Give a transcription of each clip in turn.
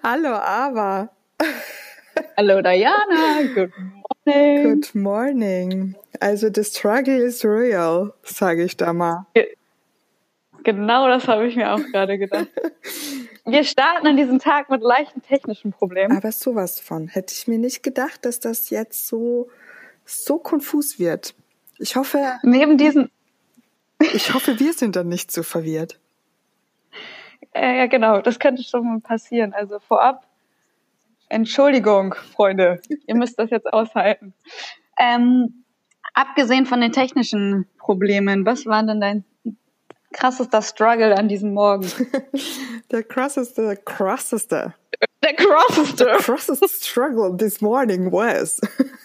Hallo, Ava. Hallo Diana, good morning. Good morning. Also, the struggle is real, sage ich da mal. Genau das habe ich mir auch gerade gedacht. Wir starten an diesem Tag mit leichten technischen Problemen. Aber sowas von. Hätte ich mir nicht gedacht, dass das jetzt so konfus wird. Ich hoffe, wir sind dann nicht so verwirrt. Ja, genau, das könnte schon mal passieren. Also vorab, Entschuldigung, Freunde, ihr müsst das jetzt aushalten. Abgesehen von den technischen Problemen, was war denn dein krassester Struggle an diesem Morgen? The crossest struggle this morning was.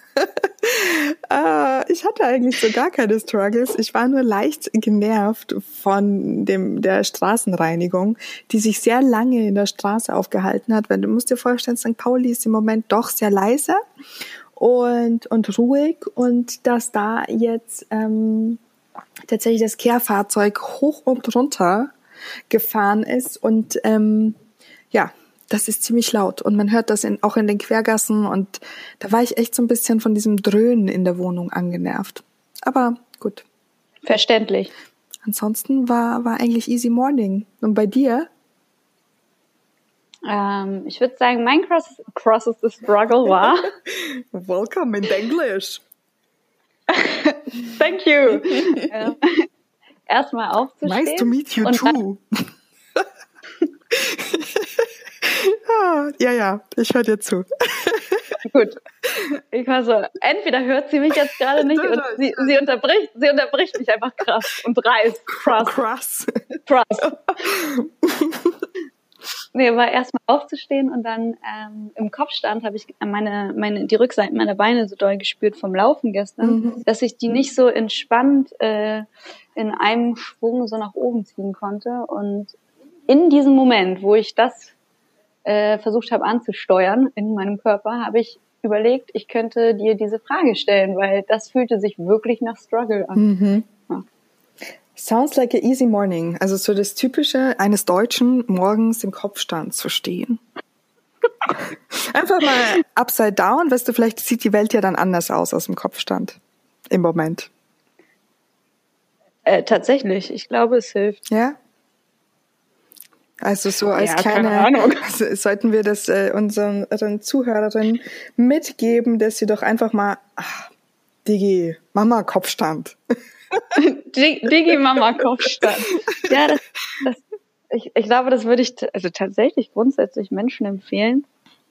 Ich hatte eigentlich so gar keine Struggles. Ich war nur leicht genervt von der Straßenreinigung, die sich sehr lange in der Straße aufgehalten hat. Weil du musst dir vorstellen, St. Pauli ist im Moment doch sehr leise und ruhig, und dass da jetzt tatsächlich das Kehrfahrzeug hoch und runter gefahren ist und das ist ziemlich laut und man hört das auch in den Quergassen, und da war ich echt so ein bisschen von diesem Dröhnen in der Wohnung angenervt. Aber gut. Verständlich. Ansonsten war eigentlich easy morning. Und bei dir? Ich würde sagen, mein crossest struggle war... Welcome in English. Thank you. Erstmal aufzustehen. Nice to meet you too. Ja, ich höre dir zu. Gut. Ich war so, entweder hört sie mich jetzt gerade nicht und sie unterbricht mich einfach krass und dreist. Krass. Nee, war erstmal aufzustehen und dann im Kopfstand habe ich die Rückseiten meiner Beine so doll gespürt vom Laufen gestern, dass ich die nicht so entspannt in einem Schwung so nach oben ziehen konnte. Und in diesem Moment, wo ich das versucht habe anzusteuern in meinem Körper, habe ich überlegt, ich könnte dir diese Frage stellen, weil das fühlte sich wirklich nach Struggle an. Ja. Sounds like a easy morning. Also so das Typische eines Deutschen, morgens im Kopfstand zu stehen. Einfach mal upside down, weißt du, vielleicht sieht die Welt ja dann anders aus dem Kopfstand im Moment. Tatsächlich, ich glaube, es hilft. Ja? Also so als keine Ahnung. Also sollten wir das unseren Zuhörerinnen mitgeben, dass sie doch einfach mal, Digi, Mama Kopfstand. Digi Mama Kopfstand. Ja, ich glaube, das würde ich also tatsächlich grundsätzlich Menschen empfehlen,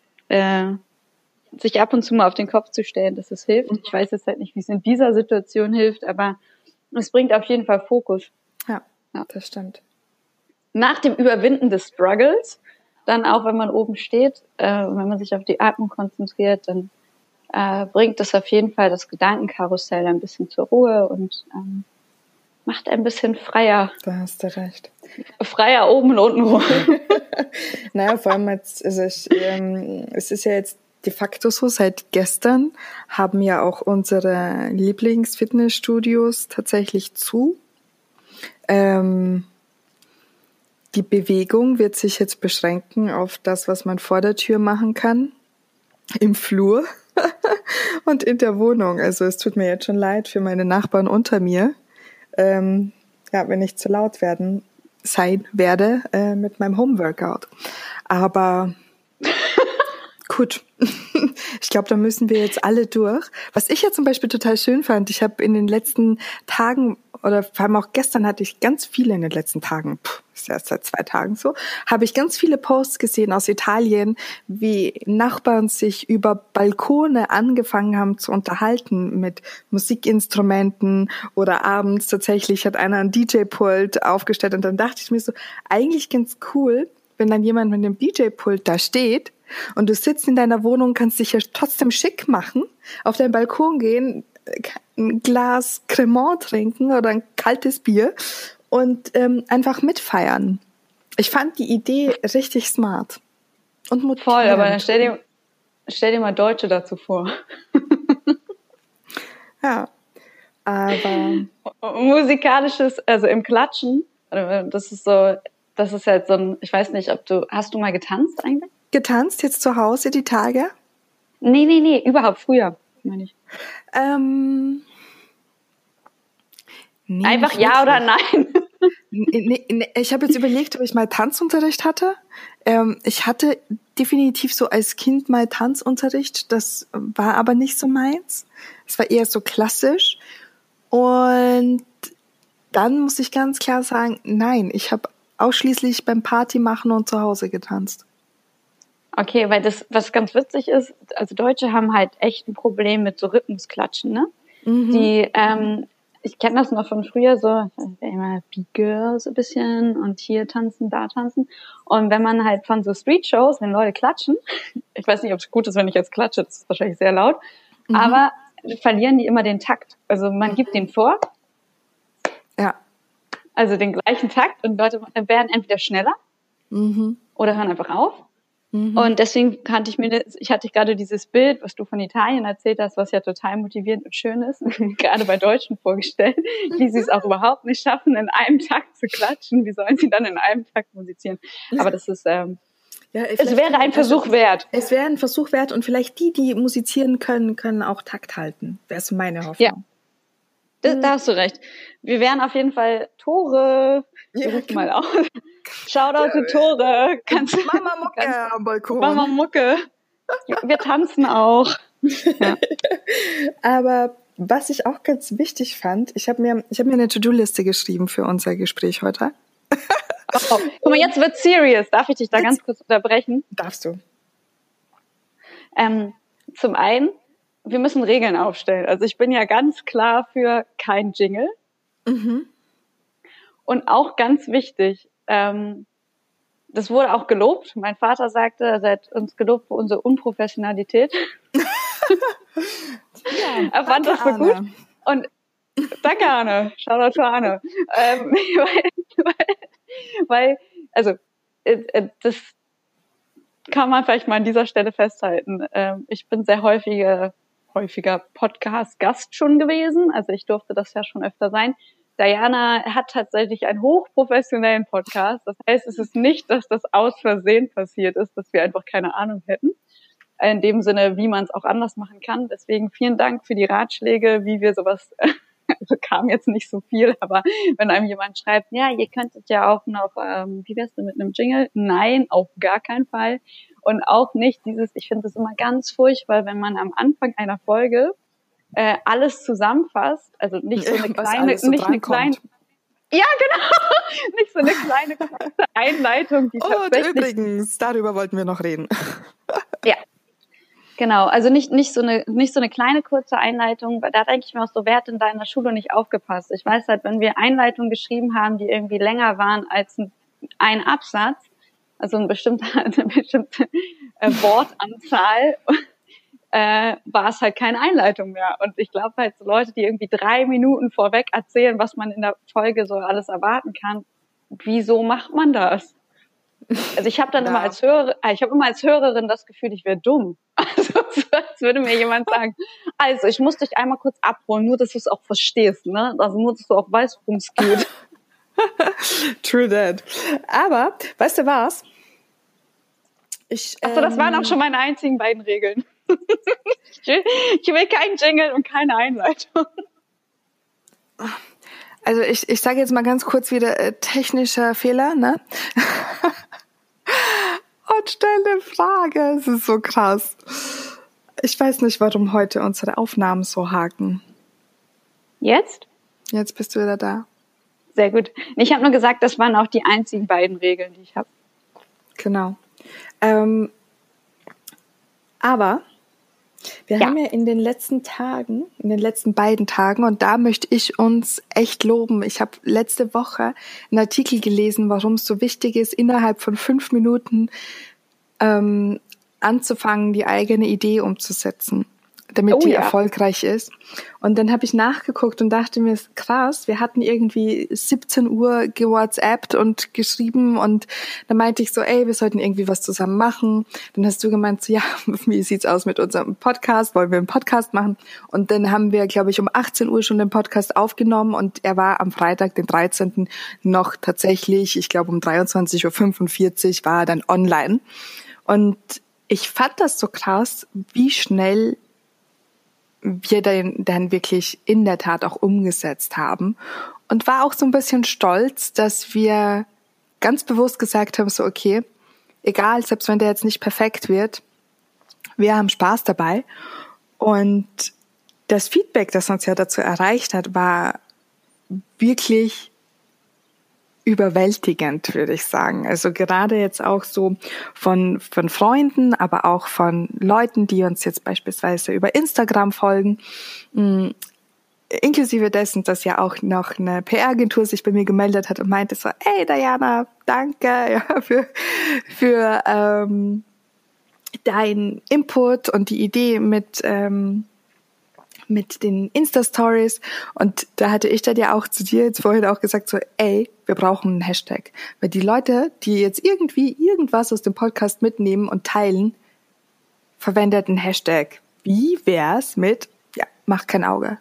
sich ab und zu mal auf den Kopf zu stellen, dass es hilft. Ich weiß jetzt halt nicht, wie es in dieser Situation hilft, aber es bringt auf jeden Fall Fokus. Ja, das stimmt. Nach dem Überwinden des Struggles, dann auch, wenn man oben steht, wenn man sich auf die Atmung konzentriert, dann bringt das auf jeden Fall das Gedankenkarussell ein bisschen zur Ruhe und macht ein bisschen freier. Da hast du recht. Freier oben und unten rum. Naja, vor allem jetzt, also es ist ja jetzt de facto so, seit gestern haben ja auch unsere Lieblingsfitnessstudios tatsächlich zu. Die Bewegung wird sich jetzt beschränken auf das, was man vor der Tür machen kann, im Flur und in der Wohnung. Also es tut mir jetzt schon leid für meine Nachbarn unter mir, wenn ich zu laut sein werde mit meinem Homeworkout. Aber gut, ich glaube, da müssen wir jetzt alle durch. Was ich ja zum Beispiel total schön fand, ich habe in den letzten Tagen, oder vor allem auch gestern hatte ich ganz viele in den letzten Tagen, ist erst seit 2 Tagen so, habe ich ganz viele Posts gesehen aus Italien, wie Nachbarn sich über Balkone angefangen haben zu unterhalten mit Musikinstrumenten, oder abends tatsächlich hat einer ein DJ-Pult aufgestellt, und dann dachte ich mir so, eigentlich ganz cool, wenn dann jemand mit dem DJ-Pult da steht und du sitzt in deiner Wohnung, kannst dich ja trotzdem schick machen, auf deinen Balkon gehen, ein Glas Cremant trinken oder ein kaltes Bier und einfach mitfeiern. Ich fand die Idee richtig smart und motivierend. Voll, aber dann stell dir mal Deutsche dazu vor. Ja, aber musikalisches, also im Klatschen, das ist halt so ein, ich weiß nicht, hast du mal getanzt eigentlich? getanzt jetzt zu Hause die Tage? Nee, überhaupt früher, meine ich. Nee, einfach ja oder nein? Nee, ich habe jetzt überlegt, ob ich mal Tanzunterricht hatte. Ich hatte definitiv so als Kind mal Tanzunterricht. Das war aber nicht so meins. Es war eher so klassisch. Und dann muss ich ganz klar sagen, nein, ich habe ausschließlich beim Party machen und zu Hause getanzt. Okay, weil das, was ganz witzig ist, also Deutsche haben halt echt ein Problem mit so Rhythmusklatschen, ne? Die, ich kenne das noch von früher, so immer Beat Girl so ein bisschen und hier tanzen, da tanzen. Und wenn man halt von so Street-Shows, wenn Leute klatschen, ich weiß nicht, ob es gut ist, wenn ich jetzt klatsche, das ist wahrscheinlich sehr laut, aber verlieren die immer den Takt. Also man gibt den vor, ja, also den gleichen Takt, und Leute werden entweder schneller oder hören einfach auf. Und deswegen ich hatte gerade dieses Bild, was du von Italien erzählt hast, was ja total motivierend und schön ist, gerade bei Deutschen vorgestellt, wie sie es auch überhaupt nicht schaffen, in einem Takt zu klatschen. Wie sollen sie dann in einem Takt musizieren? Aber das ist, es wäre ein Versuch wert. Es wäre ein Versuch wert, und vielleicht die musizieren können auch Takt halten. Wäre es meine Hoffnung. Ja. Da hast du recht. Wir wären auf jeden Fall Tore. Wir rufen mal auf. Shoutout to Tore. Mama Mucke am Balkon. Mama Mucke. Wir tanzen auch. Ja. Aber was ich auch ganz wichtig fand, ich hab mir eine To-Do-Liste geschrieben für unser Gespräch heute. Oh. Guck mal, jetzt wird's serious. Darf ich dich da ganz kurz unterbrechen? Darfst du. Zum einen, wir müssen Regeln aufstellen. Also ich bin ja ganz klar für kein Jingle. Und auch ganz wichtig, das wurde auch gelobt. Mein Vater sagte, er hat uns gelobt für unsere Unprofessionalität. Ja, er fand das so gut. Und danke, Arne. Shoutout für Arne. Weil, das kann man vielleicht mal an dieser Stelle festhalten. Ich bin sehr häufiger Podcast-Gast schon gewesen. Also ich durfte das ja schon öfter sein. Diana hat tatsächlich einen hochprofessionellen Podcast. Das heißt, es ist nicht, dass das aus Versehen passiert ist, dass wir einfach keine Ahnung hätten. In dem Sinne, wie man es auch anders machen kann. Deswegen vielen Dank für die Ratschläge, wie wir sowas, also kam jetzt nicht so viel, aber wenn einem jemand schreibt, ja, ihr könntet ja auch noch, wie wär's denn mit einem Jingle? Nein, auf gar keinen Fall. Und auch nicht ich finde das immer ganz furchtbar, wenn man am Anfang einer Folge alles zusammenfasst, also nicht so eine kleine, ja, genau, nicht so eine kleine Einleitung, die tatsächlich. Und übrigens, darüber wollten wir noch reden. Ja, genau, also nicht so eine kleine kurze Einleitung, weil da denke ich mir auch so, wer hat in deiner Schule nicht aufgepasst? Ich weiß halt, wenn wir Einleitungen geschrieben haben, die irgendwie länger waren als ein Absatz, also eine bestimmte Wortanzahl, war es halt keine Einleitung mehr. Und ich glaube halt, so Leute, die irgendwie 3 Minuten vorweg erzählen, was man in der Folge so alles erwarten kann, wieso macht man das? Also ich habe dann immer als Hörerin das Gefühl, ich wäre dumm. Also als würde mir jemand sagen, also ich muss dich einmal kurz abholen, nur dass du es auch verstehst, ne? Also nur, dass du auch weißt, worum es geht. True that. Aber, weißt du was? Also das waren auch schon meine einzigen beiden Regeln. Ich will keinen Jingle und keine Einleitung. Also ich sage jetzt mal ganz kurz wieder technischer Fehler, ne? Und stelle eine Frage. Es ist so krass. Ich weiß nicht, warum heute unsere Aufnahmen so haken. Jetzt? Jetzt bist du wieder da. Sehr gut. Ich habe nur gesagt, das waren auch die einzigen beiden Regeln, die ich habe. Genau. Aber wir haben ja in den letzten beiden Tagen, und da möchte ich uns echt loben. Ich habe letzte Woche einen Artikel gelesen, warum es so wichtig ist, innerhalb von 5 Minuten anzufangen, die eigene Idee umzusetzen, damit die erfolgreich ist. Und dann habe ich nachgeguckt und dachte mir, krass, wir hatten irgendwie 17 Uhr gewhatsappt und geschrieben, und dann meinte ich so, wir sollten irgendwie was zusammen machen. Dann hast du gemeint, so, ja, wie sieht's aus mit unserem Podcast? Wollen wir einen Podcast machen? Und dann haben wir, glaube ich, um 18 Uhr schon den Podcast aufgenommen, und er war am Freitag, den 13. noch tatsächlich, ich glaube um 23:45 Uhr war er dann online. Und ich fand das so krass, wie schnell wir dann wirklich in der Tat auch umgesetzt haben und war auch so ein bisschen stolz, dass wir ganz bewusst gesagt haben, so okay, egal, selbst wenn der jetzt nicht perfekt wird, wir haben Spaß dabei. Und das Feedback, das uns ja dazu erreicht hat, war wirklich überwältigend, würde ich sagen. Also gerade jetzt auch so von Freunden, aber auch von Leuten, die uns jetzt beispielsweise über Instagram folgen, inklusive dessen, dass ja auch noch eine PR-Agentur sich bei mir gemeldet hat und meinte so, hey Diana, danke ja, für deinen Input und die Idee mit den Insta-Stories. Und da hatte ich dann ja auch zu dir jetzt vorhin auch gesagt, so, ey, wir brauchen einen Hashtag. Weil die Leute, die jetzt irgendwie irgendwas aus dem Podcast mitnehmen und teilen, verwendet einen Hashtag. Wie wär's mit, ja, mach kein Auge.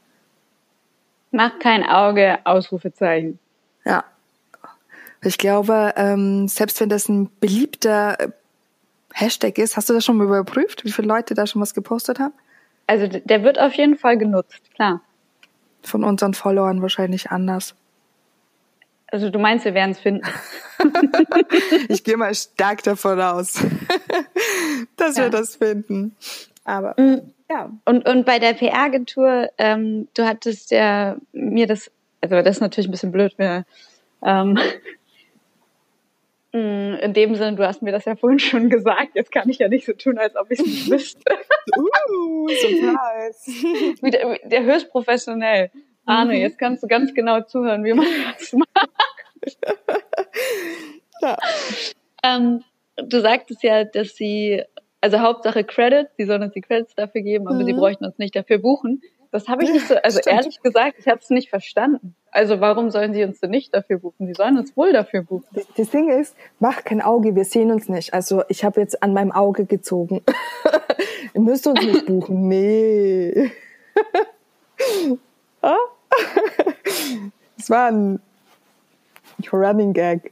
Mach kein Auge, Ausrufezeichen. Ja. Ich glaube, selbst wenn das ein beliebter Hashtag ist, hast du das schon mal überprüft, wie viele Leute da schon was gepostet haben? Also der wird auf jeden Fall genutzt, klar. Von unseren Followern wahrscheinlich anders. Also du meinst, wir werden es finden? Ich gehe mal stark davon aus, dass wir das finden. Aber ja. Und bei der PR-Agentur, du hattest ja mir das, also das ist natürlich ein bisschen blöd, in dem Sinne, du hast mir das ja vorhin schon gesagt, jetzt kann ich ja nicht so tun, als ob ich es nicht wüsste. Surprise. Der höchst professionell. Arne, jetzt kannst du ganz genau zuhören, wie man das macht. Ja. Du sagtest ja, dass sie, also Hauptsache Credit, sie sollen uns die Credits dafür geben, aber sie bräuchten uns nicht dafür buchen. Das habe ich nicht so, also stimmt. Ehrlich gesagt, ich habe es nicht verstanden. Also warum sollen sie uns denn nicht dafür buchen? Sie sollen uns wohl dafür buchen. Das Ding ist, mach kein Auge, wir sehen uns nicht. Also ich habe jetzt an meinem Auge gezogen. Ihr müsst uns nicht buchen. Nee. Das war ein Running Gag.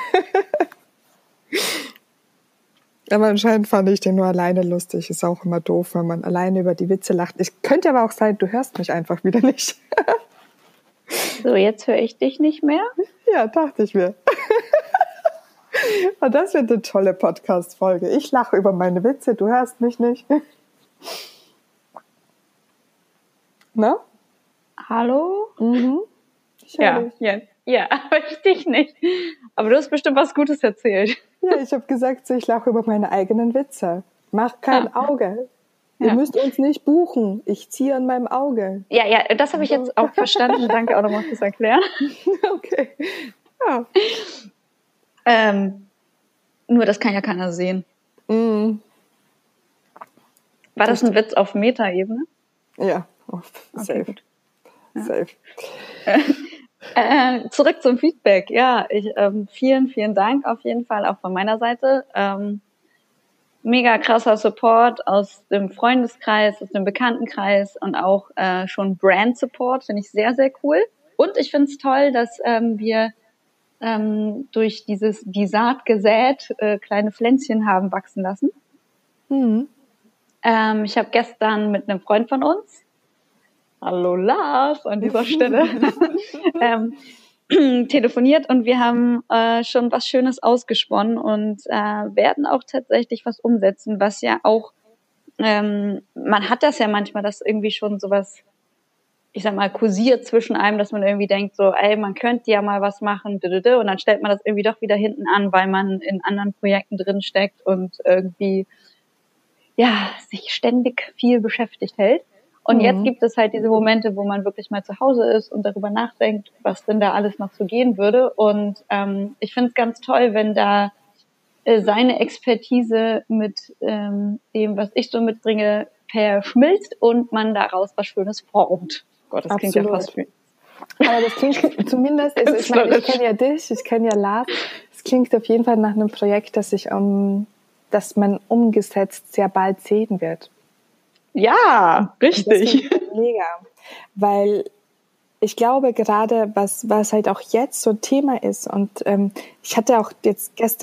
Aber anscheinend fand ich den nur alleine lustig. Ist auch immer doof, wenn man alleine über die Witze lacht. Es könnte aber auch sein, du hörst mich einfach wieder nicht. So, jetzt höre ich dich nicht mehr. Ja, dachte ich mir. Und das wird eine tolle Podcast-Folge. Ich lache über meine Witze, du hörst mich nicht. Na? Hallo? Ich höre dich. Jetzt. Ja, aber ich dich nicht. Aber du hast bestimmt was Gutes erzählt. Ja, ich habe gesagt, so, ich lache über meine eigenen Witze. Mach kein Auge. Ihr müsst uns nicht buchen. Ich ziehe an meinem Auge. Ja, das habe ich jetzt auch verstanden. Danke auch nochmal fürs Erklären. Okay. Ja. Nur das kann ja keiner sehen. War das ein Witz auf Meta-Ebene? Ja, safe. Okay, gut. Ja. Safe. Zurück zum Feedback. Ja, vielen Dank auf jeden Fall auch von meiner Seite. Mega krasser Support aus dem Freundeskreis, aus dem Bekanntenkreis und auch schon Brand-Support, finde ich sehr, sehr cool. Und ich finde es toll, dass wir durch die Saat gesät kleine Pflänzchen haben wachsen lassen. Ich habe gestern mit einem Freund von uns, hallo Lars an dieser Stelle, telefoniert und wir haben schon was Schönes ausgesponnen und werden auch tatsächlich was umsetzen, was ja auch, man hat das ja manchmal, dass irgendwie schon sowas, ich sag mal, kursiert zwischen einem, dass man irgendwie denkt so, ey, man könnte ja mal was machen, und dann stellt man das irgendwie doch wieder hinten an, weil man in anderen Projekten drin steckt und irgendwie, ja, sich ständig viel beschäftigt hält. Und jetzt gibt es halt diese Momente, wo man wirklich mal zu Hause ist und darüber nachdenkt, was denn da alles noch so gehen würde. Und ich finde es ganz toll, wenn da seine Expertise mit dem, was ich so mitbringe, verschmilzt und man daraus was Schönes formt. Gott, das klingt ja fast wie... Aber das klingt zumindest, also ich meine, ich kenne ja dich, ich kenne ja Lars. Es klingt auf jeden Fall nach einem Projekt, das man umgesetzt sehr bald sehen wird. Ja, richtig. Das ist mega, weil ich glaube gerade, was halt auch jetzt so ein Thema ist und ich hatte auch jetzt gestern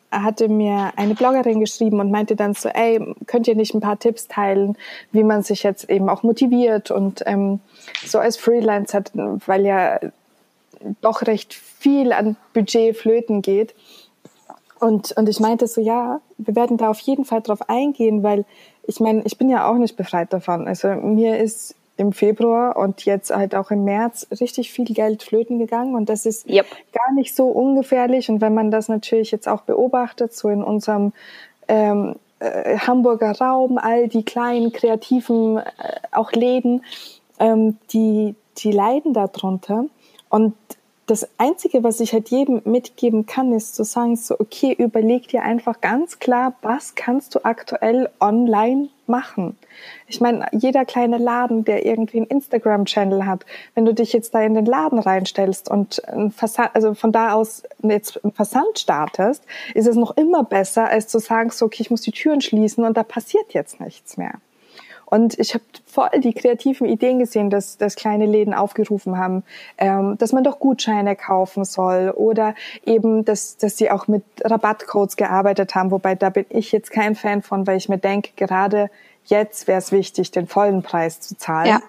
hatte mir eine Bloggerin geschrieben und meinte dann so, ey, könnt ihr nicht ein paar Tipps teilen, wie man sich jetzt eben auch motiviert und so als Freelancer, weil ja doch recht viel an Budget flöten geht. Und ich meinte so, ja, wir werden da auf jeden Fall drauf eingehen, weil ich meine, ich bin ja auch nicht befreit davon. Also mir ist im Februar und jetzt halt auch im März richtig viel Geld flöten gegangen und das ist gar nicht so ungefährlich. Und wenn man das natürlich jetzt auch beobachtet, so in unserem Hamburger Raum, all die kleinen kreativen auch Läden, die leiden darunter. Und das Einzige, was ich halt jedem mitgeben kann, ist zu sagen, so, okay, überleg dir einfach ganz klar, was kannst du aktuell online machen? Ich meine, jeder kleine Laden, der irgendwie einen Instagram-Channel hat, wenn du dich jetzt da in den Laden reinstellst und also von da aus jetzt einen Versand startest, ist es noch immer besser, als zu sagen, so, okay, ich muss die Türen schließen und da passiert jetzt nichts mehr. Und ich habe voll die kreativen Ideen gesehen, dass kleine Läden aufgerufen haben, dass man doch Gutscheine kaufen soll oder eben, dass sie auch mit Rabattcodes gearbeitet haben. Wobei da bin ich jetzt kein Fan von, weil ich mir denke, gerade jetzt wäre es wichtig, den vollen Preis zu zahlen. Ja.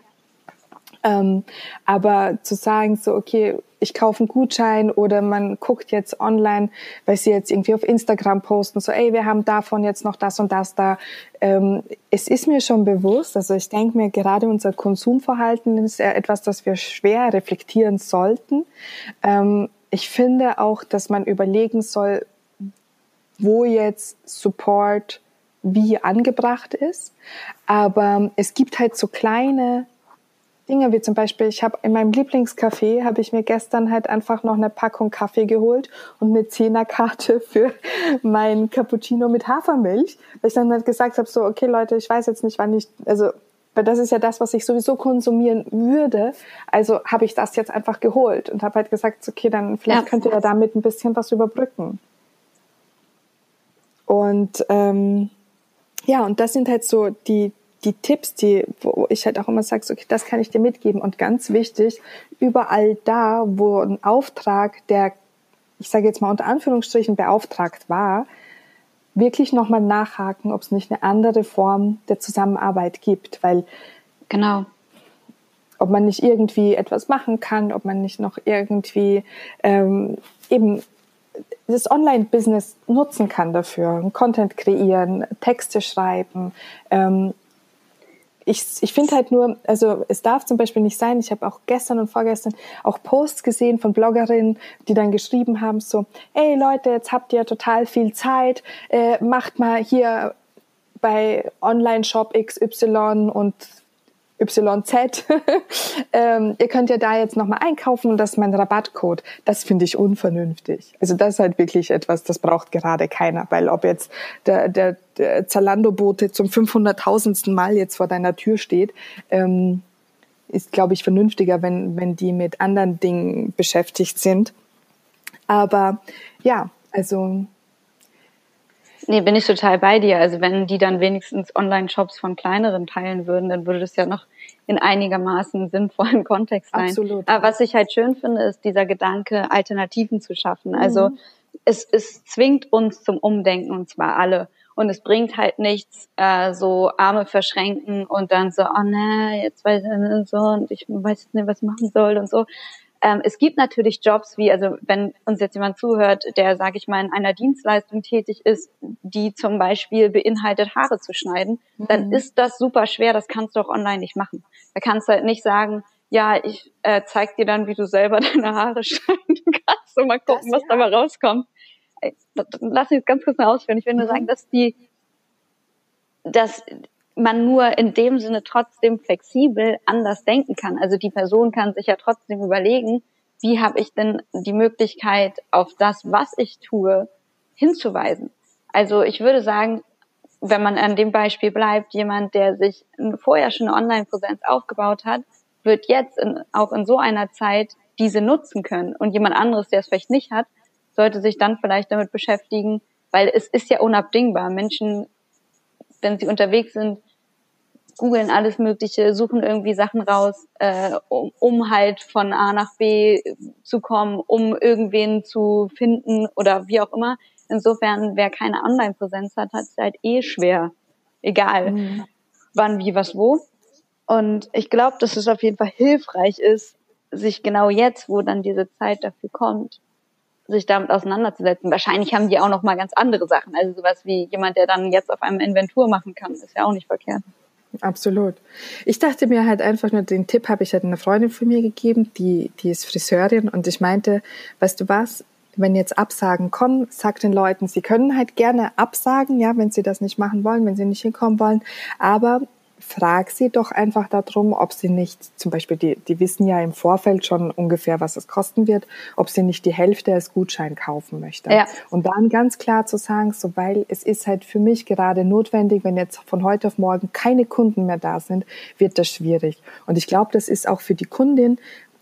Aber zu sagen so, okay, ich kaufe einen Gutschein oder man guckt jetzt online, weil sie jetzt irgendwie auf Instagram posten, so, ey, wir haben davon jetzt noch das und das da. Es ist mir schon bewusst, also ich denke mir, gerade unser Konsumverhalten ist ja etwas, das wir schwer reflektieren sollten. Ich finde auch, dass man überlegen soll, wo jetzt Support wie angebracht ist. Aber es gibt halt so kleine Dinge, wie zum Beispiel, ich habe in meinem Lieblingscafé, habe ich mir gestern halt einfach noch eine Packung Kaffee geholt und eine 10er-Karte für mein Cappuccino mit Hafermilch, weil ich dann halt gesagt habe, so, okay Leute, ich weiß jetzt nicht, wann ich, also, weil das ist ja das, was ich sowieso konsumieren würde, also habe ich das jetzt einfach geholt und habe halt gesagt, okay, dann vielleicht könnt ihr ja damit ein bisschen was überbrücken. Und ja, und das sind halt so die Tipps, wo ich halt auch immer sage, okay, das kann ich dir mitgeben. Und ganz wichtig, überall da, wo ein Auftrag, der, ich sage jetzt mal unter Anführungsstrichen, beauftragt war, wirklich nochmal nachhaken, ob es nicht eine andere Form der Zusammenarbeit gibt. Weil ob man nicht irgendwie etwas machen kann, ob man nicht noch irgendwie eben das Online-Business nutzen kann dafür, Content kreieren, Texte schreiben. Ich finde halt nur, also es darf zum Beispiel nicht sein, ich habe auch gestern und vorgestern auch Posts gesehen von Bloggerinnen, die dann geschrieben haben so, ey Leute, jetzt habt ihr total viel Zeit, macht mal hier bei Online-Shop XY und YZ, ihr könnt ja da jetzt nochmal einkaufen und das ist mein Rabattcode. Das finde ich unvernünftig. Also das ist halt wirklich etwas, das braucht gerade keiner, weil ob jetzt der Zalando-Bote zum 500.000. Mal jetzt vor deiner Tür steht, ist, glaube ich, vernünftiger, wenn die mit anderen Dingen beschäftigt sind. Aber ja, also... Nee, bin ich total bei dir. Also wenn die dann wenigstens Online-Shops von kleineren teilen würden, dann würde das ja noch in einigermaßen sinnvollen Kontext sein. Absolut. Aber was ich halt schön finde, ist dieser Gedanke, Alternativen zu schaffen. Also es zwingt uns zum Umdenken, und zwar alle. Und es bringt halt nichts, so Arme verschränken und dann so, oh ne, jetzt weiß ich nicht so und ich weiß nicht, was ich machen soll und so. Es gibt natürlich Jobs wie, also wenn uns jetzt jemand zuhört, der, sage ich mal, in einer Dienstleistung tätig ist, die zum Beispiel beinhaltet, Haare zu schneiden, dann ist das super schwer, das kannst du auch online nicht machen. Da kannst du halt nicht sagen, ja, ich zeig dir dann, wie du selber deine Haare schneiden kannst und mal gucken, was dabei rauskommt. Lass mich jetzt ganz kurz mal ausführen. Ich will nur sagen, dass man nur in dem Sinne trotzdem flexibel anders denken kann. Also die Person kann sich ja trotzdem überlegen, wie habe ich denn die Möglichkeit, auf das, was ich tue, hinzuweisen. Also ich würde sagen, wenn man an dem Beispiel bleibt, jemand, der sich vorher schon eine Online-Präsenz aufgebaut hat, wird jetzt auch in so einer Zeit diese nutzen können. Und jemand anderes, der es vielleicht nicht hat, sollte sich dann vielleicht damit beschäftigen, weil es ist ja unabdingbar. Menschen, wenn sie unterwegs sind, googeln alles Mögliche, suchen irgendwie Sachen raus, um halt von A nach B zu kommen, um irgendwen zu finden oder wie auch immer. Insofern, wer keine Online-Präsenz hat, hat es halt schwer. Egal, wann, wie, was, wo. Und ich glaube, dass es auf jeden Fall hilfreich ist, sich genau jetzt, wo dann diese Zeit dafür kommt, sich damit auseinanderzusetzen. Wahrscheinlich haben die auch noch mal ganz andere Sachen. Also sowas wie jemand, der dann jetzt auf einem Inventur machen kann, ist ja auch nicht verkehrt. Absolut. Ich dachte mir halt einfach nur, den Tipp habe ich halt einer Freundin von mir gegeben, die ist Friseurin, und ich meinte, weißt du was, wenn jetzt Absagen kommen, sag den Leuten, sie können halt gerne absagen, ja, wenn sie das nicht machen wollen, wenn sie nicht hinkommen wollen, aber frag sie doch einfach darum, ob sie nicht, zum Beispiel, die wissen ja im Vorfeld schon ungefähr, was es kosten wird, ob sie nicht die Hälfte als Gutschein kaufen möchte. Ja. Und dann ganz klar zu sagen, so, weil es ist halt für mich gerade notwendig, wenn jetzt von heute auf morgen keine Kunden mehr da sind, wird das schwierig. Und ich glaube, das ist auch für die Kundin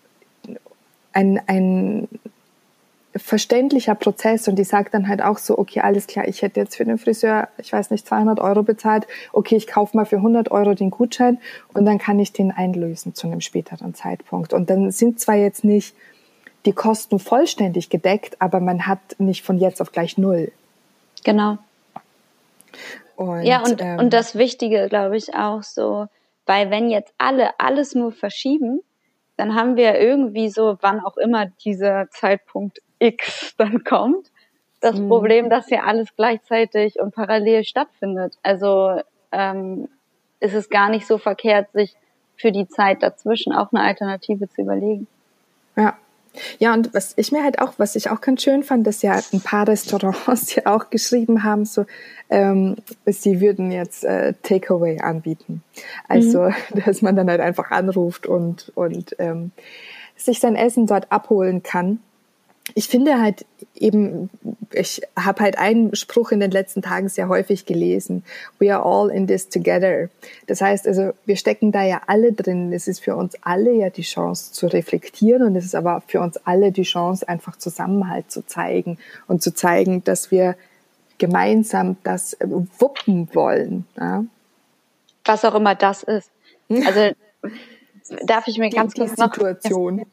ein verständlicher Prozess, und die sagt dann halt auch so, okay, alles klar, ich hätte jetzt für den Friseur, ich weiß nicht, 200 € bezahlt, okay, ich kaufe mal für 100 € den Gutschein und dann kann ich den einlösen zu einem späteren Zeitpunkt. Und dann sind zwar jetzt nicht die Kosten vollständig gedeckt, aber man hat nicht von jetzt auf gleich 0. Genau. Und das Wichtige, glaube ich, auch so, weil wenn jetzt alle alles nur verschieben, dann haben wir irgendwie so, wann auch immer dieser Zeitpunkt X dann kommt, das Problem, dass hier alles gleichzeitig und parallel stattfindet. Also ist es gar nicht so verkehrt, sich für die Zeit dazwischen auch eine Alternative zu überlegen. Ja, und was ich auch ganz schön fand, dass ja ein paar Restaurants ja auch geschrieben haben, so sie würden jetzt Takeaway anbieten. Also, dass man dann halt einfach anruft und sich sein Essen dort abholen kann. Ich finde halt eben, ich habe halt einen Spruch in den letzten Tagen sehr häufig gelesen: We are all in this together. Das heißt also, wir stecken da ja alle drin. Es ist für uns alle ja die Chance zu reflektieren, und es ist aber für uns alle die Chance, einfach Zusammenhalt zu zeigen und zu zeigen, dass wir gemeinsam das wuppen wollen. Ja? Was auch immer das ist. Also darf ich mir ganz kurz noch... Situation.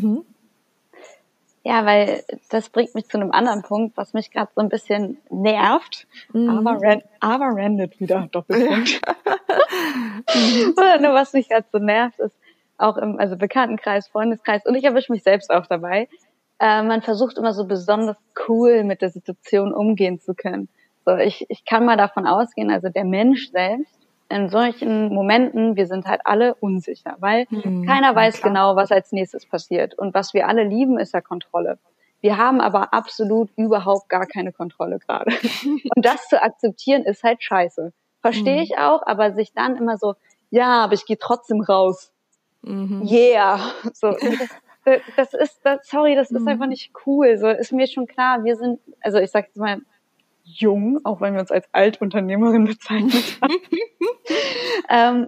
Ja, weil das bringt mich zu einem anderen Punkt, was mich gerade so ein bisschen nervt. Aber rendet wieder, Doppelpunkt. Oder nur was mich gerade so nervt, ist auch im Bekanntenkreis, Freundeskreis, und ich erwische mich selbst auch dabei. Man versucht immer so besonders cool mit der Situation umgehen zu können. So, ich kann mal davon ausgehen, also der Mensch selbst, in solchen Momenten, wir sind halt alle unsicher, weil keiner weiß genau, was als nächstes passiert. Und was wir alle lieben, ist ja Kontrolle. Wir haben aber absolut überhaupt gar keine Kontrolle gerade. Und das zu akzeptieren, ist halt scheiße. Verstehe ich auch, aber sich dann immer so, ja, aber ich gehe trotzdem raus. Yeah. So, das ist einfach nicht cool. So, ist mir schon klar, wir sind, also ich sag jetzt mal, jung, auch wenn wir uns als Altunternehmerin bezeichnet haben.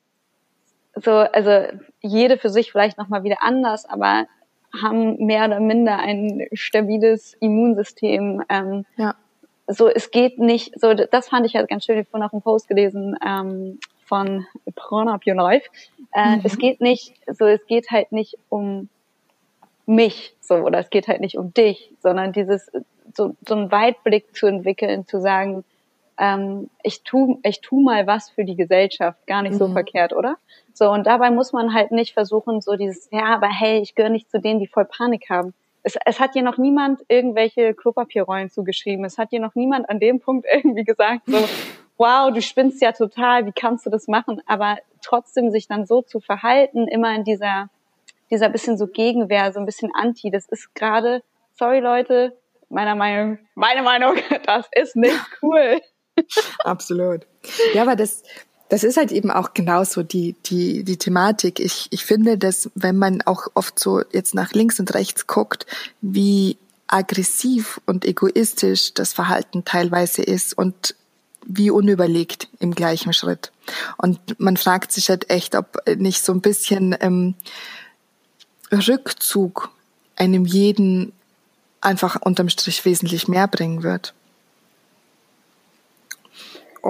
Also jede für sich vielleicht nochmal wieder anders, aber haben mehr oder minder ein stabiles Immunsystem. So, es geht nicht, so, das fand ich halt ganz schön, ich habe vorhin auch einen Post gelesen von Prana Up Your Life. Es geht halt nicht um mich, so, oder es geht halt nicht um dich, sondern so einen Weitblick zu entwickeln, zu sagen, ich tu mal was für die Gesellschaft, gar nicht so verkehrt, oder? So, und dabei muss man halt nicht versuchen, so dieses, ja, aber hey, ich gehöre nicht zu denen, die voll Panik haben. Es hat dir noch niemand irgendwelche Klopapierrollen zugeschrieben. Es hat dir noch niemand an dem Punkt irgendwie gesagt, so, wow, du spinnst ja total, wie kannst du das machen? Aber trotzdem sich dann so zu verhalten, immer in dieser bisschen so Gegenwehr, so ein bisschen Anti, das ist gerade, sorry Leute, meine Meinung, das ist nicht cool. Absolut. Ja, aber das ist halt eben auch genauso die Thematik. Ich finde, dass wenn man auch oft so jetzt nach links und rechts guckt, wie aggressiv und egoistisch das Verhalten teilweise ist und wie unüberlegt im gleichen Schritt. Und man fragt sich halt echt, ob nicht so ein bisschen Rückzug einem jeden einfach unterm Strich wesentlich mehr bringen wird.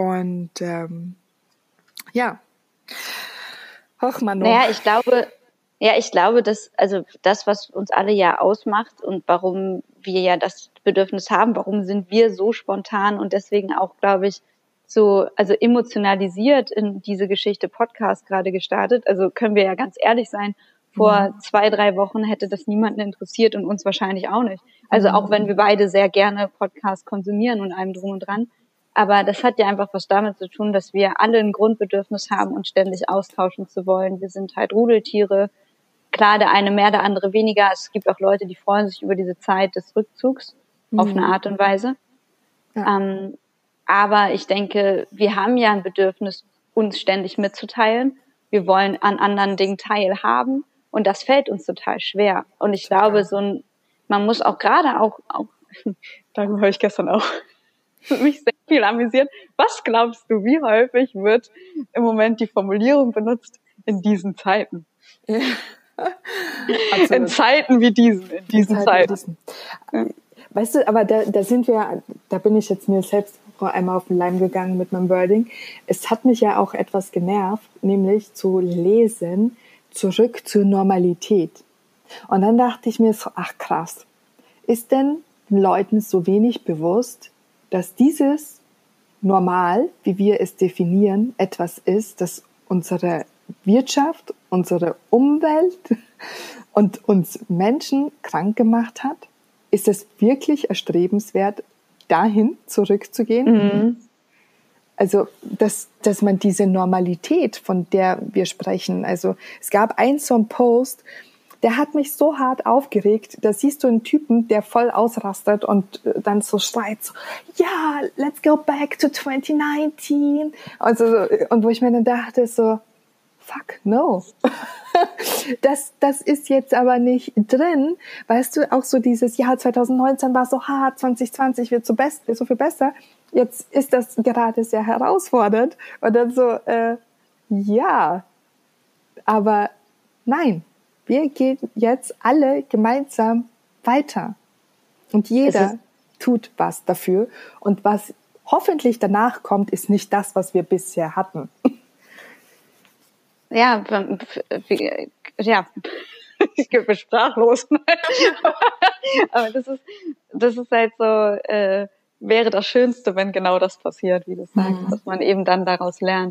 Und ja. Ach, Manu. Naja, ich glaube, Ja, ich glaube, also das, was uns alle ja ausmacht und warum wir ja das Bedürfnis haben, warum sind wir so spontan und deswegen auch, glaube ich, also emotionalisiert in diese Geschichte Podcast gerade gestartet. Also können wir ja ganz ehrlich sein, vor 2-3 Wochen hätte das niemanden interessiert und uns wahrscheinlich auch nicht. Also auch wenn wir beide sehr gerne Podcast konsumieren und allem drum und dran. Aber das hat ja einfach was damit zu tun, dass wir alle ein Grundbedürfnis haben, uns ständig austauschen zu wollen. Wir sind halt Rudeltiere. Klar, der eine mehr, der andere weniger. Es gibt auch Leute, die freuen sich über diese Zeit des Rückzugs auf eine Art und Weise. Ja. Aber ich denke, wir haben ja ein Bedürfnis, uns ständig mitzuteilen. Wir wollen an anderen Dingen teilhaben und das fällt uns total schwer. Und ich glaube, man muss auch gerade auch darüber habe ich gestern auch mich sehr viel amüsiert. Was glaubst du, wie häufig wird im Moment die Formulierung benutzt in diesen Zeiten? Ja. In Zeiten wie diesen, in diesen Zeiten. Weißt du, aber da bin ich jetzt mir selbst einmal auf den Leim gegangen mit meinem Wording. Es hat mich ja auch etwas genervt, nämlich zu lesen, zurück zur Normalität. Und dann dachte ich mir so, ach krass, ist denn den Leuten so wenig bewusst, dass dieses Normal, wie wir es definieren, etwas ist, das unsere Wirtschaft, unsere Umwelt und uns Menschen krank gemacht hat? Ist es wirklich erstrebenswert, dahin zurückzugehen? Mhm. Also, dass man diese Normalität, von der wir sprechen, also es gab so einen Post, der hat mich so hart aufgeregt. Da siehst du einen Typen, der voll ausrastet und dann so schreit, so, ja, let's go back to 2019. Also, und wo ich mir dann dachte, so, fuck, no. Das ist jetzt aber nicht drin. Weißt du, auch so dieses Jahr 2019 war so hart, 2020 wird so viel besser. Jetzt ist das gerade sehr herausfordernd. Und dann so, ja, aber nein, wir gehen jetzt alle gemeinsam weiter. Und jeder tut was dafür. Und was hoffentlich danach kommt, ist nicht das, was wir bisher hatten. Ja, ich bin sprachlos. Aber das ist halt so, wäre das Schönste, wenn genau das passiert, wie du sagst, dass man eben dann daraus lernt.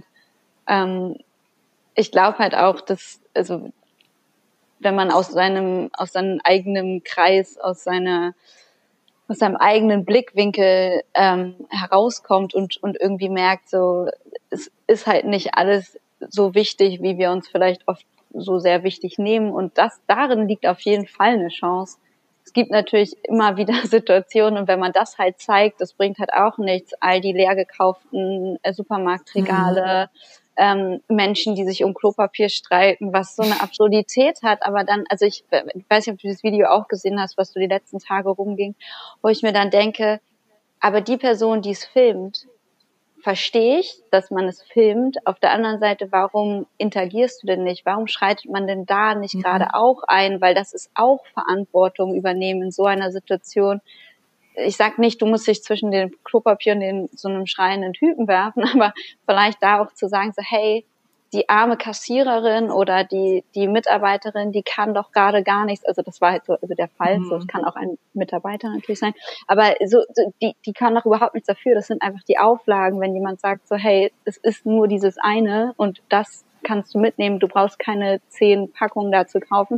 Ich glaube halt auch, dass, also, wenn man aus seinem eigenen Kreis, aus seinem eigenen Blickwinkel herauskommt und irgendwie merkt, so, es ist halt nicht alles so wichtig, wie wir uns vielleicht oft so sehr wichtig nehmen. Und darin liegt auf jeden Fall eine Chance. Es gibt natürlich immer wieder Situationen und wenn man das halt zeigt, das bringt halt auch nichts. All die leer gekauften Supermarktregale, Menschen, die sich um Klopapier streiten, was so eine Absurdität hat. Aber dann, also ich weiß nicht, ob du das Video auch gesehen hast, was so die letzten Tage rumging, wo ich mir dann denke, aber die Person, die es filmt, verstehe ich, dass man es filmt. Auf der anderen Seite, warum interagierst du denn nicht? Warum schreitet man denn da nicht gerade auch ein? Weil das ist auch Verantwortung übernehmen in so einer Situation. Ich sag nicht, du musst dich zwischen dem Klopapier und so einem schreienden Typen werfen, aber vielleicht da auch zu sagen, so, hey, die arme Kassiererin oder die Mitarbeiterin, die kann doch gerade gar nichts. Also das war halt so, also der Fall, so, es kann auch ein Mitarbeiter natürlich sein, aber so die kann doch überhaupt nichts dafür. Das sind einfach die Auflagen, wenn jemand sagt so, hey, es ist nur dieses eine und das kannst du mitnehmen, du brauchst keine 10 Packungen dazu kaufen.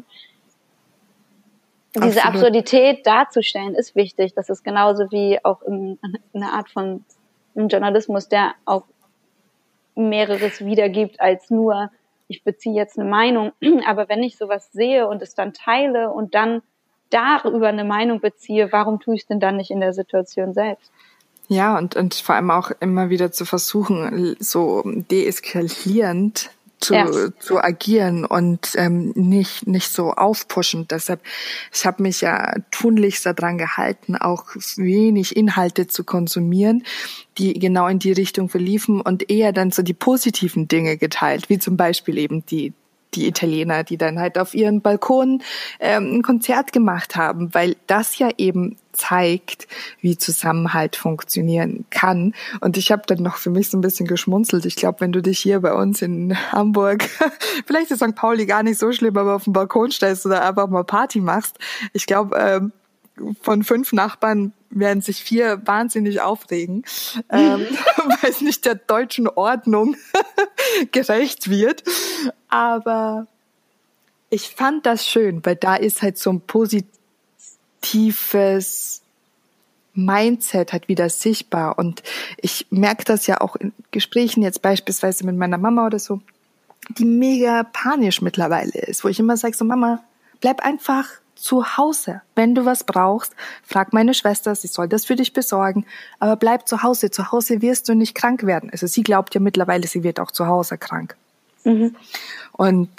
Diese Absurdität darzustellen ist wichtig. Das ist genauso wie auch in einer Art von Journalismus, der auch mehreres wiedergibt als nur, ich beziehe jetzt eine Meinung. Aber wenn ich sowas sehe und es dann teile und dann darüber eine Meinung beziehe, warum tue ich es denn dann nicht in der Situation selbst? Ja, und vor allem auch immer wieder zu versuchen, so deeskalierend zu agieren und nicht so aufpushend. Deshalb, ich habe mich ja tunlichst daran gehalten, auch wenig Inhalte zu konsumieren, die genau in die Richtung verliefen und eher dann so die positiven Dinge geteilt, wie zum Beispiel eben die die Italiener, die dann halt auf ihren Balkon ein Konzert gemacht haben, weil das ja eben zeigt, wie Zusammenhalt funktionieren kann. Und ich habe dann noch für mich so ein bisschen geschmunzelt. Ich glaube, wenn du dich hier bei uns in Hamburg, vielleicht ist St. Pauli gar nicht so schlimm, aber auf den Balkon stellst oder einfach mal Party machst, ich glaube, von 5 Nachbarn werden sich 4 wahnsinnig aufregen, weil es nicht der deutschen Ordnung gerecht wird. Aber ich fand das schön, weil da ist halt so ein positives Mindset halt wieder sichtbar. Und ich merke das ja auch in Gesprächen jetzt beispielsweise mit meiner Mama oder so, die mega panisch mittlerweile ist, wo ich immer sage, so Mama, bleib einfach zu Hause. Wenn du was brauchst, frag meine Schwester, sie soll das für dich besorgen, aber bleib zu Hause. Zu Hause wirst du nicht krank werden. Also sie glaubt ja mittlerweile, sie wird auch zu Hause krank. Mhm. Und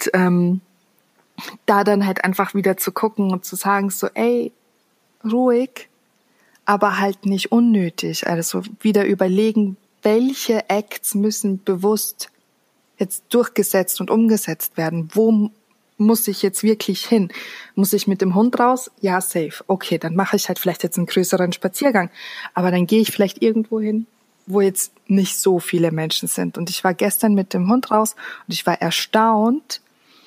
da dann halt einfach wieder zu gucken und zu sagen so, ey, ruhig, aber halt nicht unnötig. Also wieder überlegen, welche Acts müssen bewusst jetzt durchgesetzt und umgesetzt werden. Wo muss ich jetzt wirklich hin? Muss ich mit dem Hund raus? Ja, safe. Okay, dann mache ich halt vielleicht jetzt einen größeren Spaziergang. Aber dann gehe ich vielleicht irgendwo hin, wo jetzt nicht so viele Menschen sind. Und ich war gestern mit dem Hund raus und ich war erstaunt,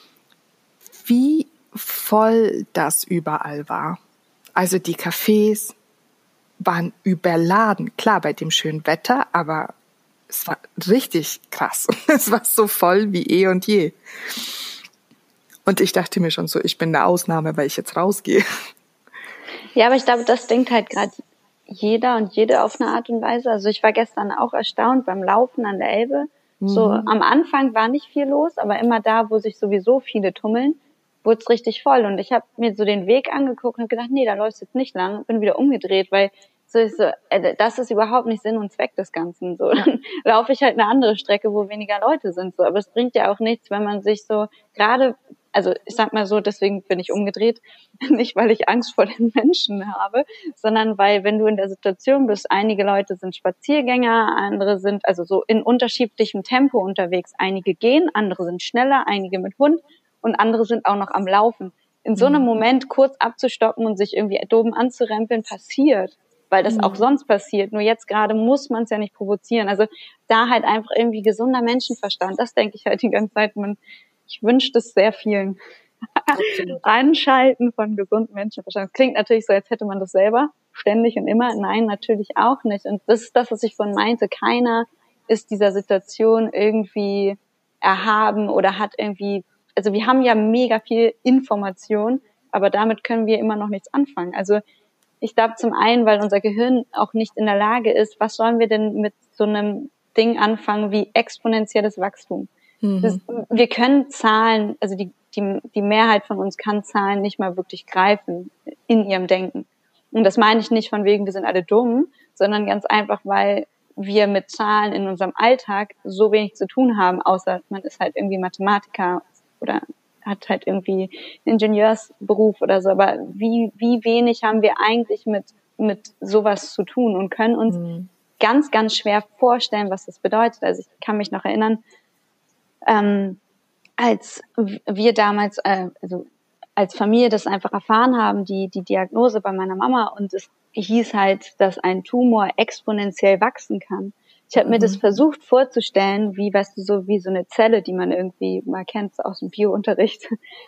wie voll das überall war. Also die Cafés waren überladen. Klar, bei dem schönen Wetter, aber es war richtig krass. Es war so voll wie eh und je. Und ich dachte mir schon so, ich bin eine Ausnahme, weil ich jetzt rausgehe. Ja, aber ich glaube, das denkt halt gerade jeder und jede auf eine Art und Weise. Also ich war gestern auch erstaunt beim Laufen an der Elbe. So am Anfang war nicht viel los, aber immer da, wo sich sowieso viele tummeln, wurde es richtig voll. Und ich habe mir so den Weg angeguckt und gedacht, nee, da läufst du jetzt nicht lang. Bin wieder umgedreht, weil das ist überhaupt nicht Sinn und Zweck des Ganzen. So, dann laufe ich halt eine andere Strecke, wo weniger Leute sind. So, aber es bringt ja auch nichts, wenn man sich so gerade, also ich sag mal so, deswegen bin ich umgedreht, nicht weil ich Angst vor den Menschen habe, sondern weil, wenn du in der Situation bist, einige Leute sind Spaziergänger, andere sind also so in unterschiedlichem Tempo unterwegs. Einige gehen, andere sind schneller, einige mit Hund und andere sind auch noch am Laufen. In so einem Moment kurz abzustoppen und sich irgendwie dumm anzurempeln, passiert, weil das auch sonst passiert. Nur jetzt gerade muss man es ja nicht provozieren. Also da halt einfach irgendwie gesunder Menschenverstand. Das denke ich halt die ganze Zeit. Ich wünsche das sehr vielen. Anschalten von gesundem Menschenverstand. Das klingt natürlich so, als hätte man das selber ständig und immer. Nein, natürlich auch nicht. Und das ist das, was ich vorhin meinte. Keiner ist dieser Situation irgendwie erhaben oder hat irgendwie, also wir haben ja mega viel Information, aber damit können wir immer noch nichts anfangen. Also ich glaube zum einen, weil unser Gehirn auch nicht in der Lage ist, was sollen wir denn mit so einem Ding anfangen wie exponentielles Wachstum? Wir können Zahlen, also die Mehrheit von uns kann Zahlen nicht mal wirklich greifen in ihrem Denken. Und das meine ich nicht von wegen, wir sind alle dumm, sondern ganz einfach, weil wir mit Zahlen in unserem Alltag so wenig zu tun haben, außer man ist halt irgendwie Mathematiker oder hat halt irgendwie einen Ingenieursberuf oder so, aber wie wenig haben wir eigentlich mit sowas zu tun und können uns ganz, ganz schwer vorstellen, was das bedeutet. Also ich kann mich noch erinnern, als wir damals, also als Familie das einfach erfahren haben, die Diagnose bei meiner Mama, und es hieß halt, dass ein Tumor exponentiell wachsen kann. Ich habe mir das versucht vorzustellen, wie, weißt du, so wie so eine Zelle, die man irgendwie mal kennt aus dem Biounterricht.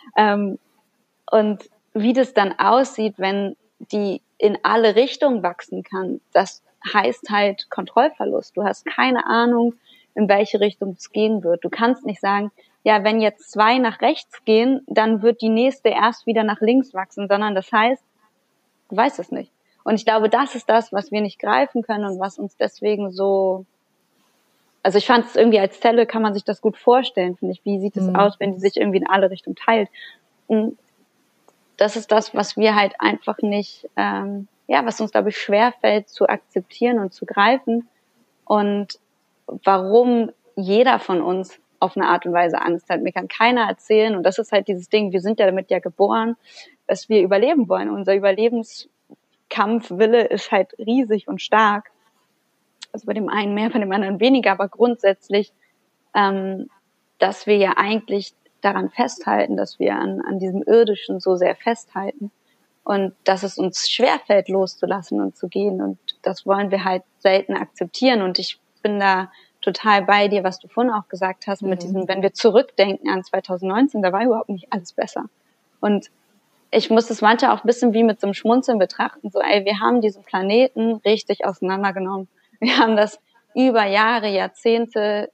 Und wie das dann aussieht, wenn die in alle Richtungen wachsen kann, das heißt halt Kontrollverlust. Du hast keine Ahnung, in welche Richtung es gehen wird. Du kannst nicht sagen, ja, wenn jetzt 2 nach rechts gehen, dann wird die nächste erst wieder nach links wachsen, sondern das heißt, du weißt es nicht. Und ich glaube, das ist das, was wir nicht greifen können und was uns deswegen so, also ich fand es irgendwie als Zelle kann man sich das gut vorstellen, finde ich. Wie sieht es aus, wenn die sich irgendwie in alle Richtungen teilt? Und das ist das, was wir halt einfach nicht, was uns, glaube ich, schwerfällt zu akzeptieren und zu greifen. Und warum jeder von uns auf eine Art und Weise Angst hat. Mir kann keiner erzählen, und das ist halt dieses Ding, wir sind ja damit ja geboren, dass wir überleben wollen. Unser Überlebenskampfwille ist halt riesig und stark. Also bei dem einen mehr, bei dem anderen weniger, aber grundsätzlich, dass wir ja eigentlich daran festhalten, dass wir an diesem Irdischen so sehr festhalten und dass es uns schwerfällt, loszulassen und zu gehen. Und das wollen wir halt selten akzeptieren. Und ich bin da total bei dir, was du vorhin auch gesagt hast, mit diesem, wenn wir zurückdenken an 2019, da war überhaupt nicht alles besser. Und ich muss das manchmal auch ein bisschen wie mit so einem Schmunzeln betrachten, so, wir haben diesen Planeten richtig auseinandergenommen. Wir haben das über Jahre, Jahrzehnte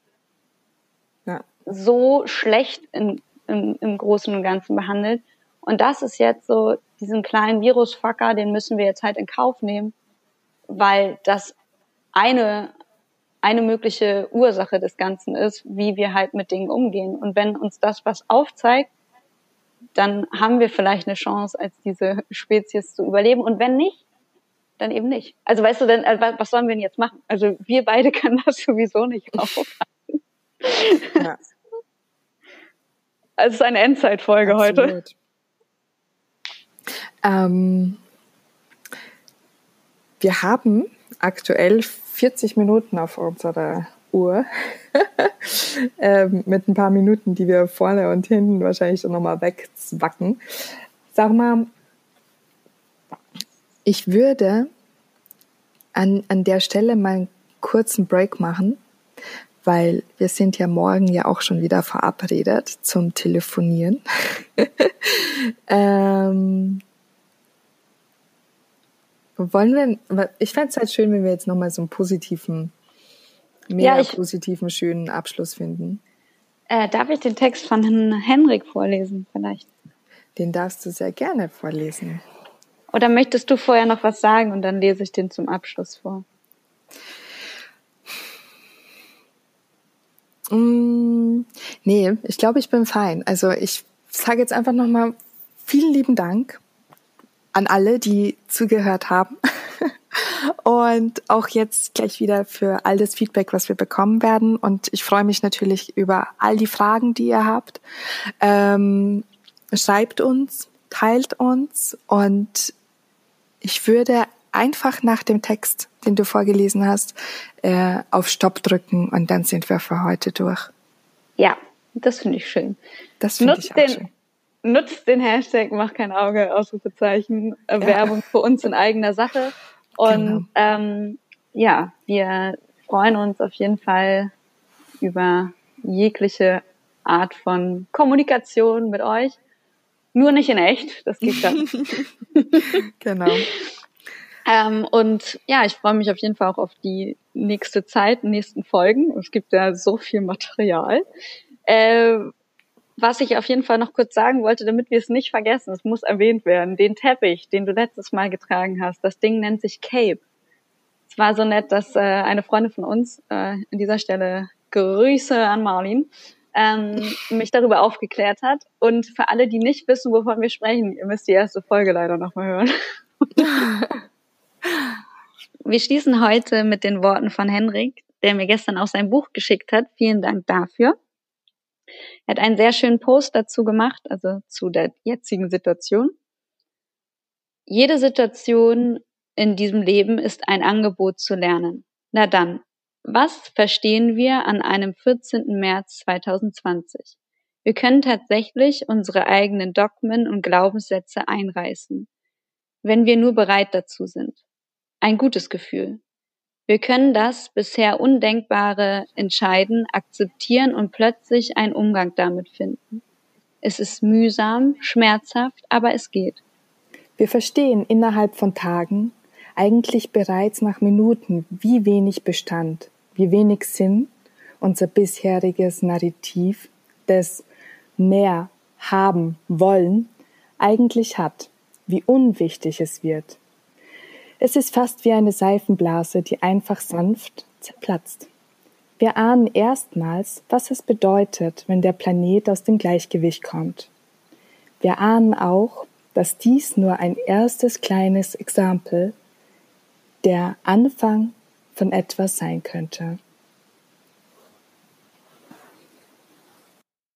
so schlecht im Großen und Ganzen behandelt. Und das ist jetzt so, diesen kleinen Virusfucker, den müssen wir jetzt halt in Kauf nehmen, weil das eine mögliche Ursache des Ganzen ist, wie wir halt mit Dingen umgehen. Und wenn uns das was aufzeigt, dann haben wir vielleicht eine Chance, als diese Spezies zu überleben. Und wenn nicht, dann eben nicht. Also weißt du, denn, was sollen wir denn jetzt machen? Also wir beide können das sowieso nicht aufhalten. Ja. Also es ist eine Endzeitfolge heute. Wir haben aktuell 40 Minuten auf unserer Uhr mit ein paar Minuten, die wir vorne und hinten wahrscheinlich noch mal wegzwacken. Sag mal, ich würde an der Stelle mal einen kurzen Break machen, weil wir sind ja morgen ja auch schon wieder verabredet zum Telefonieren. Ich fände es halt schön, wenn wir jetzt nochmal so einen positiven, positiven, schönen Abschluss finden. Darf ich den Text von Henrik vorlesen vielleicht? Den darfst du sehr gerne vorlesen. Oder möchtest du vorher noch was sagen und dann lese ich den zum Abschluss vor? Nee, ich glaube, ich bin fein. Also ich sage jetzt einfach nochmal vielen lieben Dank an alle, die zugehört haben. Und auch jetzt gleich wieder für all das Feedback, was wir bekommen werden. Und ich freue mich natürlich über all die Fragen, die ihr habt. Schreibt uns, teilt uns. Und ich würde einfach nach dem Text, den du vorgelesen hast, auf Stopp drücken und dann sind wir für heute durch. Ja, das finde ich schön. Das finde ich auch schön. Nutzt den Hashtag, mach kein Auge, Ausrufezeichen, Werbung für uns in eigener Sache. Und wir freuen uns auf jeden Fall über jegliche Art von Kommunikation mit euch. Nur nicht in echt, das geht dann. Genau. Und ja, ich freue mich auf jeden Fall auch auf die nächste Zeit, nächsten Folgen. Es gibt ja so viel Material. Was ich auf jeden Fall noch kurz sagen wollte, damit wir es nicht vergessen, es muss erwähnt werden, den Teppich, den du letztes Mal getragen hast, das Ding nennt sich Cape. Es war so nett, dass eine Freundin von uns, an dieser Stelle Grüße an Marlin, mich darüber aufgeklärt hat. Und für alle, die nicht wissen, wovon wir sprechen, ihr müsst die erste Folge leider nochmal hören. Wir schließen heute mit den Worten von Henrik, der mir gestern auch sein Buch geschickt hat. Vielen Dank dafür. Er hat einen sehr schönen Post dazu gemacht, also zu der jetzigen Situation. Jede Situation in diesem Leben ist ein Angebot zu lernen. Na dann, was verstehen wir an einem 14. März 2020? Wir können tatsächlich unsere eigenen Dogmen und Glaubenssätze einreißen, wenn wir nur bereit dazu sind. Ein gutes Gefühl. Wir können das bisher Undenkbare entscheiden, akzeptieren und plötzlich einen Umgang damit finden. Es ist mühsam, schmerzhaft, aber es geht. Wir verstehen innerhalb von Tagen, eigentlich bereits nach Minuten, wie wenig Bestand, wie wenig Sinn unser bisheriges Narrativ des mehr haben wollen eigentlich hat, wie unwichtig es wird. Es ist fast wie eine Seifenblase, die einfach sanft zerplatzt. Wir ahnen erstmals, was es bedeutet, wenn der Planet aus dem Gleichgewicht kommt. Wir ahnen auch, dass dies nur ein erstes kleines Exempel, der Anfang von etwas sein könnte.